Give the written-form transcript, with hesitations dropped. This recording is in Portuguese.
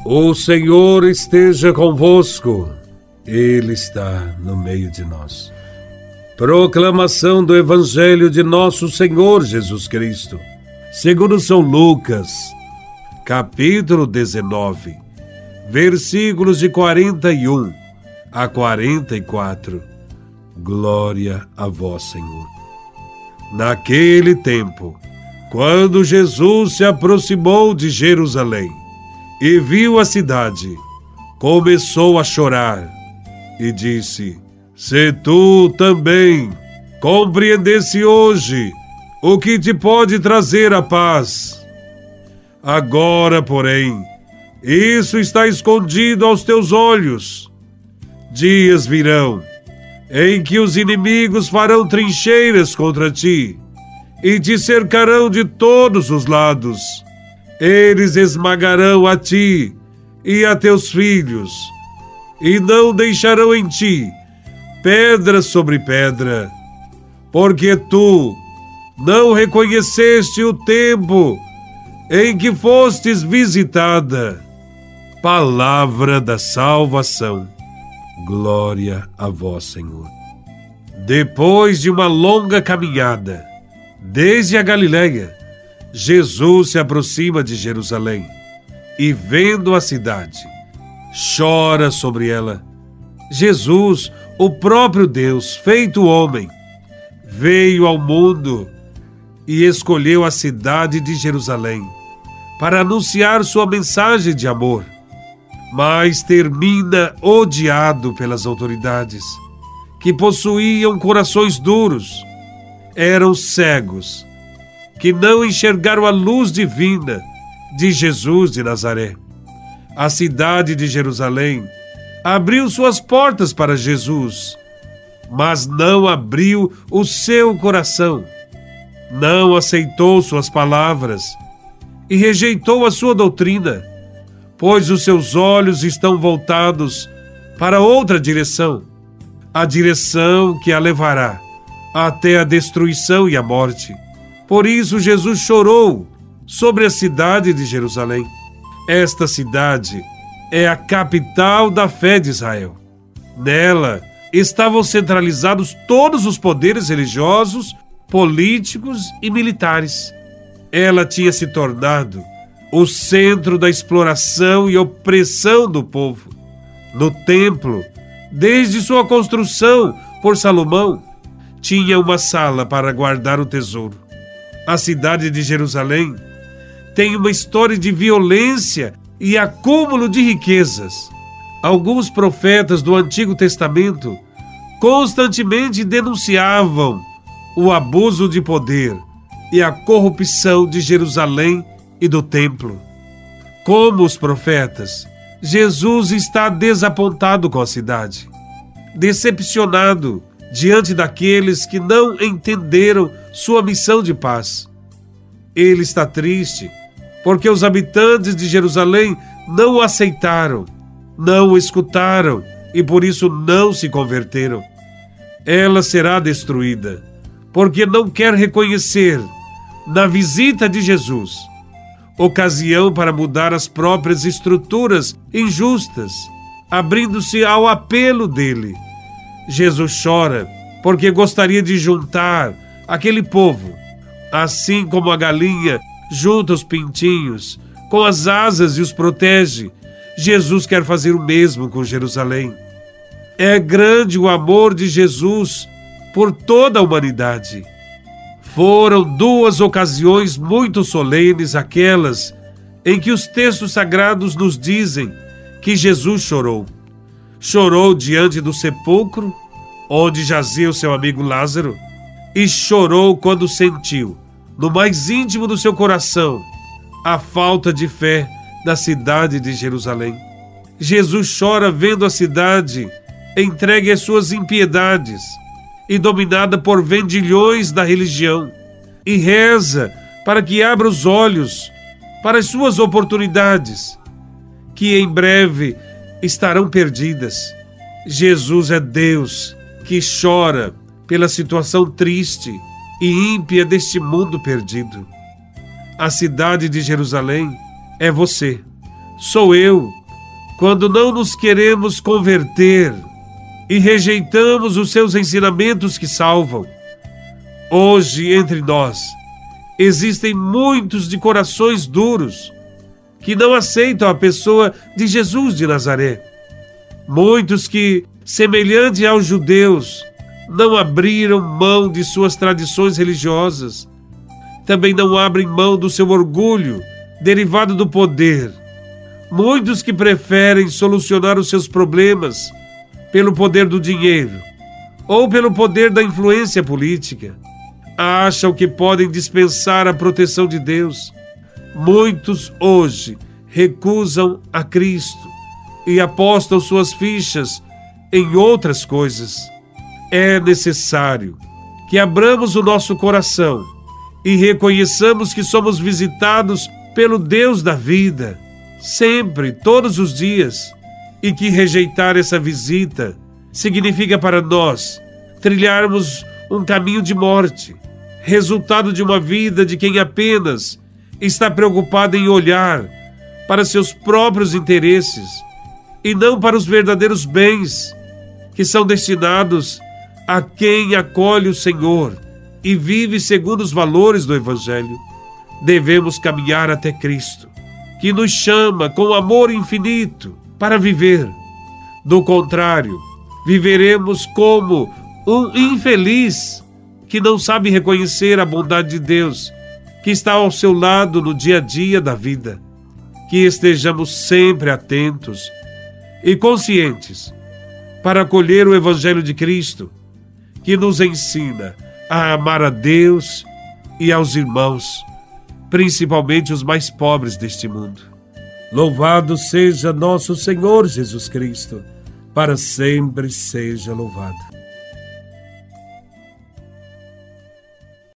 O Senhor esteja convosco, Ele está no meio de nós. Proclamação do Evangelho de Nosso Senhor Jesus Cristo, segundo São Lucas, capítulo 19, versículos de 41 a 44. Glória a vós, Senhor. Naquele tempo, quando Jesus se aproximou de Jerusalém e viu a cidade, começou a chorar e disse: Se tu também compreendesse hoje o que te pode trazer a paz. Agora, porém, isso está escondido aos teus olhos. Dias virão em que os inimigos farão trincheiras contra ti e te cercarão de todos os lados. Eles esmagarão a ti e a teus filhos, e não deixarão em ti pedra sobre pedra, porque tu não reconheceste o tempo em que fostes visitada. Palavra da salvação. Glória a vós, Senhor. Depois de uma longa caminhada, desde a Galileia, Jesus se aproxima de Jerusalém e, vendo a cidade, chora sobre ela. Jesus, o próprio Deus, feito homem, veio ao mundo e escolheu a cidade de Jerusalém para anunciar sua mensagem de amor, mas termina odiado pelas autoridades, que possuíam corações duros, eram cegos, que não enxergaram a luz divina de Jesus de Nazaré. A cidade de Jerusalém abriu suas portas para Jesus, mas não abriu o seu coração, não aceitou suas palavras e rejeitou a sua doutrina, pois os seus olhos estão voltados para outra direção, a direção que a levará até a destruição e a morte. Por isso Jesus chorou sobre a cidade de Jerusalém. Esta cidade é a capital da fé de Israel. Nela estavam centralizados todos os poderes religiosos, políticos e militares. Ela tinha se tornado o centro da exploração e opressão do povo. No templo, desde sua construção por Salomão, tinha uma sala para guardar o tesouro. A cidade de Jerusalém tem uma história de violência e acúmulo de riquezas. Alguns profetas do Antigo Testamento constantemente denunciavam o abuso de poder e a corrupção de Jerusalém e do templo. Como os profetas, Jesus está desapontado com a cidade, decepcionado diante daqueles que não entenderam sua missão de paz. Ele está triste porque os habitantes de Jerusalém não o aceitaram, não o escutaram e por isso não se converteram. Ela será destruída porque não quer reconhecer na visita de Jesus ocasião para mudar as próprias estruturas injustas, abrindo-se ao apelo dele. Jesus chora porque gostaria de juntar aquele povo, assim como a galinha junta os pintinhos com as asas e os protege. Jesus quer fazer o mesmo com Jerusalém. É grande o amor de Jesus por toda a humanidade. Foram duas ocasiões muito solenes aquelas em que os textos sagrados nos dizem que Jesus chorou. Chorou diante do sepulcro, onde jazia o seu amigo Lázaro, e chorou quando sentiu, no mais íntimo do seu coração, a falta de fé da cidade de Jerusalém. Jesus chora vendo a cidade entregue às suas impiedades e dominada por vendilhões da religião, e reza para que abra os olhos para as suas oportunidades, que em breve estarão perdidas. Jesus é Deus que chora pela situação triste e ímpia deste mundo perdido. A cidade de Jerusalém é você, sou eu, quando não nos queremos converter e rejeitamos os seus ensinamentos que salvam. Hoje, entre nós, existem muitos de corações duros que não aceitam a pessoa de Jesus de Nazaré. Muitos que, semelhante aos judeus, não abriram mão de suas tradições religiosas. Também não abrem mão do seu orgulho, derivado do poder. Muitos que preferem solucionar os seus problemas pelo poder do dinheiro ou pelo poder da influência política, acham que podem dispensar a proteção de Deus. Muitos hoje recusam a Cristo e apostam suas fichas em outras coisas. É necessário que abramos o nosso coração e reconheçamos que somos visitados pelo Deus da vida, sempre, todos os dias, e que rejeitar essa visita significa para nós trilharmos um caminho de morte, resultado de uma vida de quem apenas está preocupado em olhar para seus próprios interesses e não para os verdadeiros bens que são destinados a quem acolhe o Senhor e vive segundo os valores do Evangelho. Devemos caminhar até Cristo, que nos chama com amor infinito para viver. Do contrário, viveremos como um infeliz que não sabe reconhecer a bondade de Deus, que está ao seu lado no dia a dia da vida. Que estejamos sempre atentos e conscientes para acolher o Evangelho de Cristo, que nos ensina a amar a Deus e aos irmãos, principalmente os mais pobres deste mundo. Louvado seja nosso Senhor Jesus Cristo, para sempre seja louvado.